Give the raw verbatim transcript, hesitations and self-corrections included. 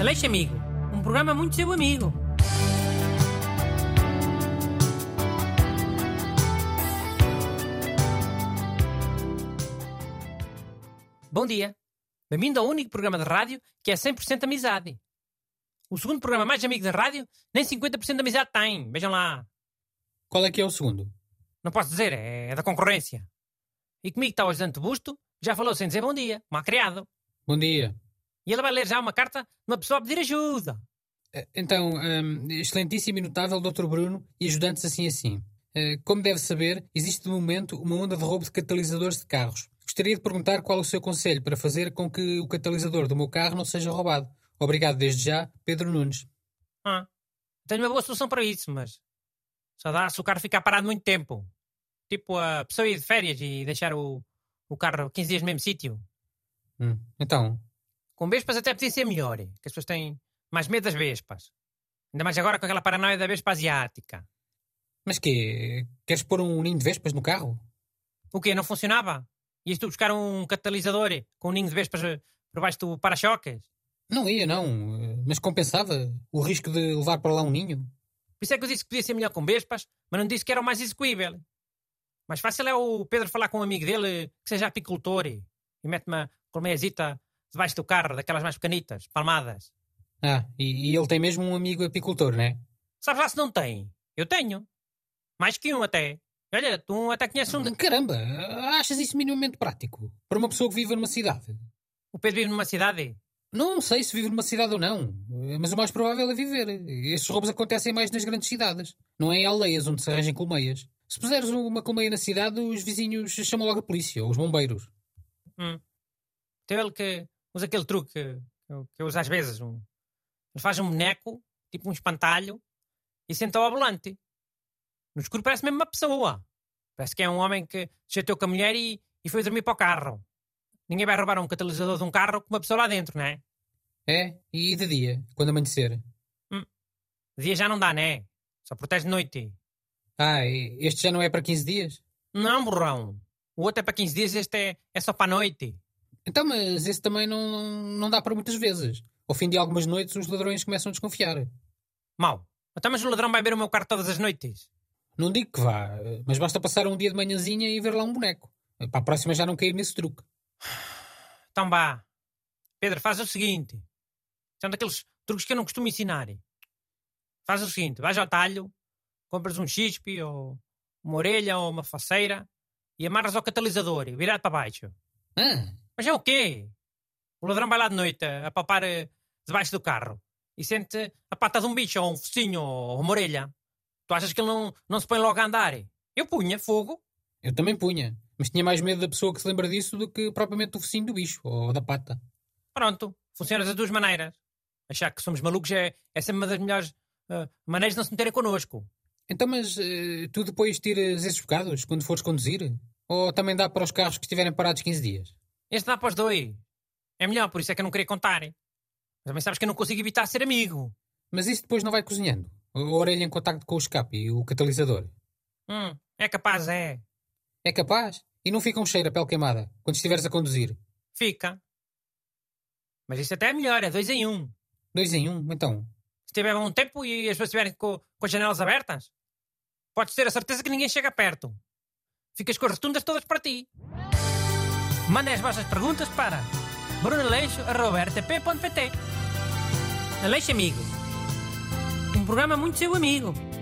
Aleixo Amigo, um programa muito seu amigo. Bom dia. Bem-vindo ao único programa de rádio que é cem por cento amizade. O segundo programa mais amigo da rádio nem cinquenta por cento de amizade tem. Vejam lá. Qual é que é o segundo? Não posso dizer, é da concorrência. E comigo está o ajudante Busto, já falou sem dizer bom dia, mal criado. Bom dia. E ele vai ler já uma carta de uma pessoa a pedir ajuda. Então, um, excelentíssimo e notável doutor Bruno e ajudantes assim assim. Uh, como deve saber, existe de momento uma onda de roubo de catalisadores de carros. Gostaria de perguntar qual o seu conselho para fazer com que o catalisador do meu carro não seja roubado. Obrigado desde já, Pedro Nunes. Ah, tenho uma boa solução para isso, mas só dá se o carro ficar parado muito tempo. Tipo a pessoa ir de férias e deixar o, o carro quinze dias no mesmo sítio. Hum, então... Com vespas até podia ser melhor, que as pessoas têm mais medo das vespas. Ainda mais agora com aquela paranoia da vespa asiática. Mas quê? Queres pôr um ninho de vespas no carro? O quê? Não funcionava? Ias tu buscar um catalisador com um ninho de vespas por baixo do para-choques? Não ia, não. Mas compensava o risco de levar para lá um ninho. Por isso é que eu disse que podia ser melhor com vespas, mas não disse que era o mais execuível. Mais fácil é o Pedro falar com um amigo dele que seja apicultor e mete uma colmeiazita debaixo do carro, daquelas mais pequenitas, palmadas. Ah, e, e ele tem mesmo um amigo apicultor, não é? Sabes lá se não tem? Eu tenho. Mais que um até. Olha, tu até conheces um... De... Caramba, achas isso minimamente prático? Para uma pessoa que vive numa cidade? O Pedro vive numa cidade? Não sei se vive numa cidade ou não, mas o mais provável é viver. Estes roubos acontecem mais nas grandes cidades, não é em aldeias onde se arranjem colmeias. Se puseres uma colmeia na cidade, os vizinhos chamam logo a polícia ou os bombeiros. Hum. Tem ele que usa aquele truque que eu, que eu uso às vezes. Um... Ele faz um boneco, tipo um espantalho, e senta ao volante. No escuro parece mesmo uma pessoa. Parece que é um homem que chateou com a mulher e, e foi dormir para o carro. Ninguém vai roubar um catalisador de um carro com uma pessoa lá dentro, não é? É, e de dia, quando amanhecer? Hum. De dia já não dá, não é? Só protege de noite. Ah, este já não é para quinze dias? Não, burrão. O outro é para quinze dias, este é, é só para a noite. Então, mas esse também não, não dá para muitas vezes. Ao fim de algumas noites, os ladrões começam a desconfiar. Mau. Então, mas o ladrão vai ver o meu carro todas as noites? Não digo que vá, mas basta passar um dia de manhãzinha e ver lá um boneco. Para a próxima já não cair nesse truque. Então vá. Pedro, faz o seguinte. São daqueles truques que eu não costumo ensinar. Faz o seguinte, vais ao talho, compras um chispe, ou uma orelha, ou uma faceira, e amarras ao catalisador, virado para baixo. Ah... Mas é o quê? O ladrão vai lá de noite a palpar debaixo do carro e sente a pata de um bicho, ou um focinho, ou uma orelha. Tu achas que ele não, não se põe logo a andar? Eu punha fogo. Eu também punha, mas tinha mais medo da pessoa que se lembra disso do que propriamente do focinho do bicho, ou da pata. Pronto, funciona das duas maneiras. Achar que somos malucos é, é sempre uma das melhores uh, maneiras de não se meterem connosco. Então, mas uh, tu depois tiras esses bocados quando fores conduzir? Ou também dá para os carros que estiverem parados quinze dias? Este dá para os dois. É melhor, por isso é que eu não queria contar. Mas também sabes que eu não consigo evitar ser amigo. Mas isso depois não vai cozinhando? A orelha em contacto com o escape e o catalisador? Hum, é capaz, é. É capaz? E não fica um cheiro a pele queimada quando estiveres a conduzir? Fica. Mas isso até é melhor, é dois em um. Dois em um? Então? Se tiver um tempo e as pessoas estiverem com, com as janelas abertas, podes ter a certeza que ninguém chega perto. Ficas com as rotundas todas para ti. Mandem as vossas perguntas para bruno aleixo arroba r t p ponto p t. Aleixo Amigo, um programa muito seu amigo.